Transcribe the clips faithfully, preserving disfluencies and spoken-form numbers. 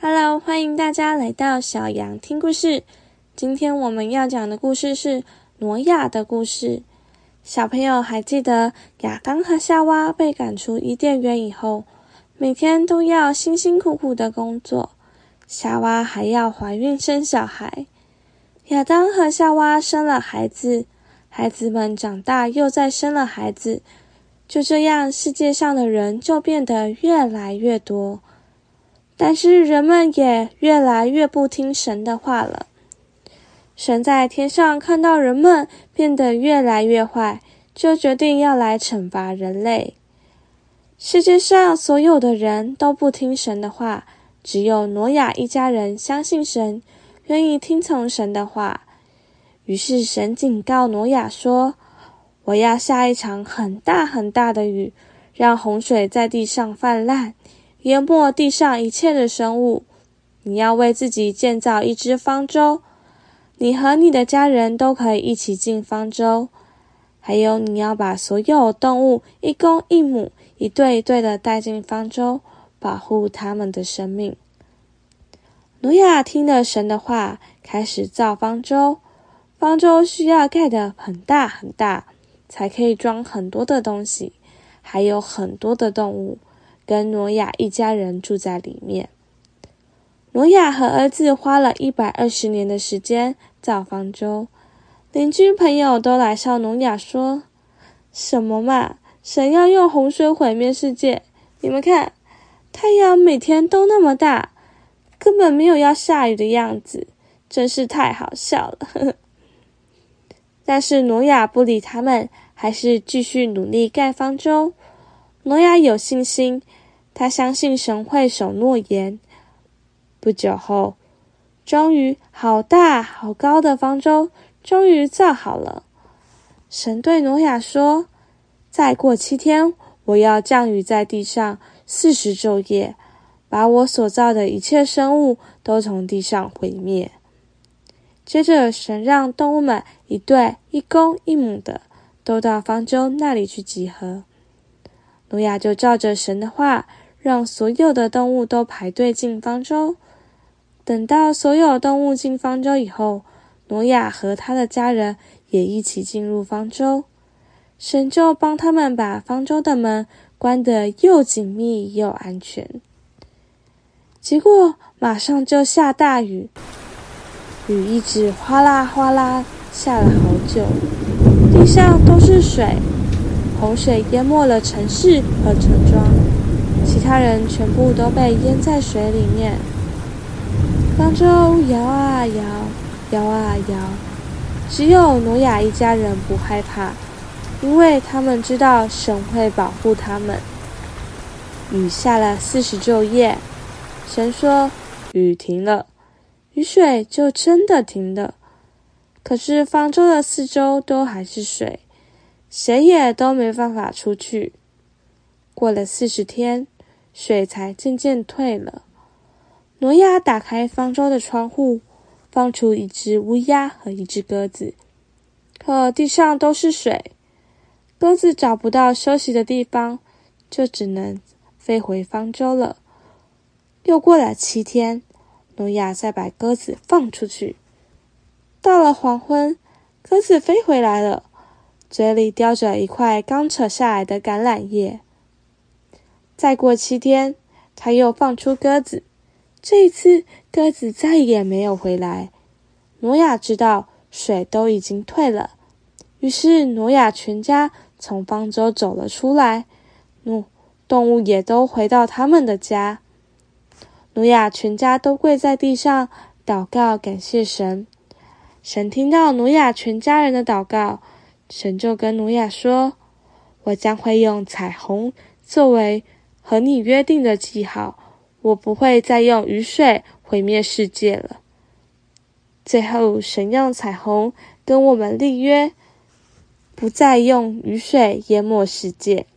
Hello， 欢迎大家来到小羊听故事。今天我们要讲的故事是挪亚的故事。小朋友还记得亚当和夏娃被赶出伊甸园以后，每天都要辛辛苦苦的工作，夏娃还要怀孕生小孩。亚当和夏娃生了孩子，孩子们长大又再生了孩子，就这样世界上的人就变得越来越多。但是人们也越来越不听神的话了。神在天上看到人们变得越来越坏，就决定要来惩罚人类。世界上所有的人都不听神的话，只有挪亚一家人相信神，愿意听从神的话。于是神警告挪亚说，我要下一场很大很大的雨，让洪水在地上泛滥，淹没地上一切的生物。你要为自己建造一只方舟，你和你的家人都可以一起进方舟。还有你要把所有动物一公一母一对一对的带进方舟，保护他们的生命。挪亚听了神的话，开始造方舟。方舟需要盖得很大很大，才可以装很多的东西，还有很多的动物跟挪亚一家人住在里面。挪亚和儿子花了一百二十年的时间造方舟。邻居朋友都来笑挪亚说，什么嘛，神要用洪水毁灭世界，你们看，太阳每天都那么大，根本没有要下雨的样子，真是太好笑了呵呵。但是挪亚不理他们，还是继续努力盖方舟。挪亚有信心，他相信神会守诺言。不久后，终于好大好高的方舟终于造好了。神对挪亚说，再过七天，我要降雨在地上四十昼夜，把我所造的一切生物都从地上毁灭。接着神让动物们一对一公一母的都到方舟那里去集合。挪亚就照着神的话，让所有的动物都排队进方舟。等到所有动物进方舟以后，挪亚和他的家人也一起进入方舟。神就帮他们把方舟的门关得又紧密又安全。结果马上就下大雨，雨一直哗啦哗啦下了好久，地上都是水，洪水淹没了城市和村庄，其他人全部都被淹在水里面。方舟摇啊摇，摇啊摇，只有挪亚一家人不害怕，因为他们知道神会保护他们。雨下了四十昼夜，神说雨停了，雨水就真的停了。可是方舟的四周都还是水，谁也都没办法出去。过了四十天，水才渐渐退了。挪亚打开方舟的窗户，放出一只乌鸦和一只鸽子。可地上都是水，鸽子找不到休息的地方，就只能飞回方舟了。又过了七天，挪亚再把鸽子放出去。到了黄昏，鸽子飞回来了，嘴里叼着一块刚扯下来的橄榄叶。再过七天，他又放出鸽子，这一次鸽子再也没有回来。挪亚知道水都已经退了，于是挪亚全家从方舟走了出来，动物也都回到他们的家。挪亚全家都跪在地上祷告感谢神。神听到挪亚全家人的祷告，神就跟挪亚说，我将会用彩虹作为和你约定的记号，我不会再用雨水毁灭世界了。最后神用彩虹跟我们立约，不再用雨水淹没世界。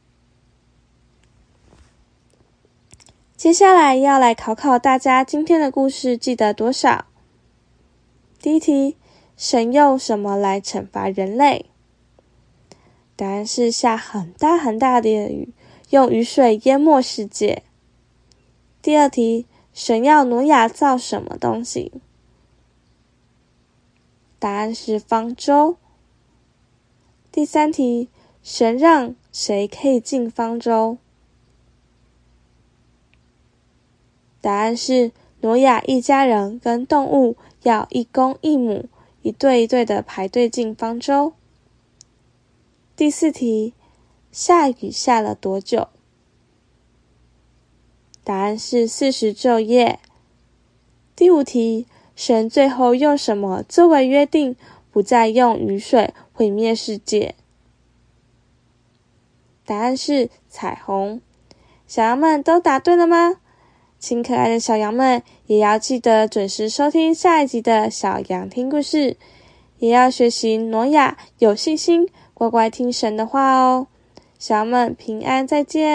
接下来要来考考大家今天的故事记得多少？第一题，神用什么来惩罚人类？答案是下很大很大的雨，用雨水淹没世界。第二题， 神要挪亚造什么东西？答案是方舟。第三题，神让谁可以进方舟？答案是挪亚一家人跟动物要一公一母，一对一对的排队进方舟。第四题，下雨下了多久？答案是四十昼夜。第五题，神最后用什么作为约定，不再用雨水毁灭世界？答案是彩虹。小羊们都答对了吗？亲可爱的小羊们，也要记得准时收听下一集的小羊听故事，也要学习挪亚有信心，乖乖听神的话哦。小羊们平安，再见。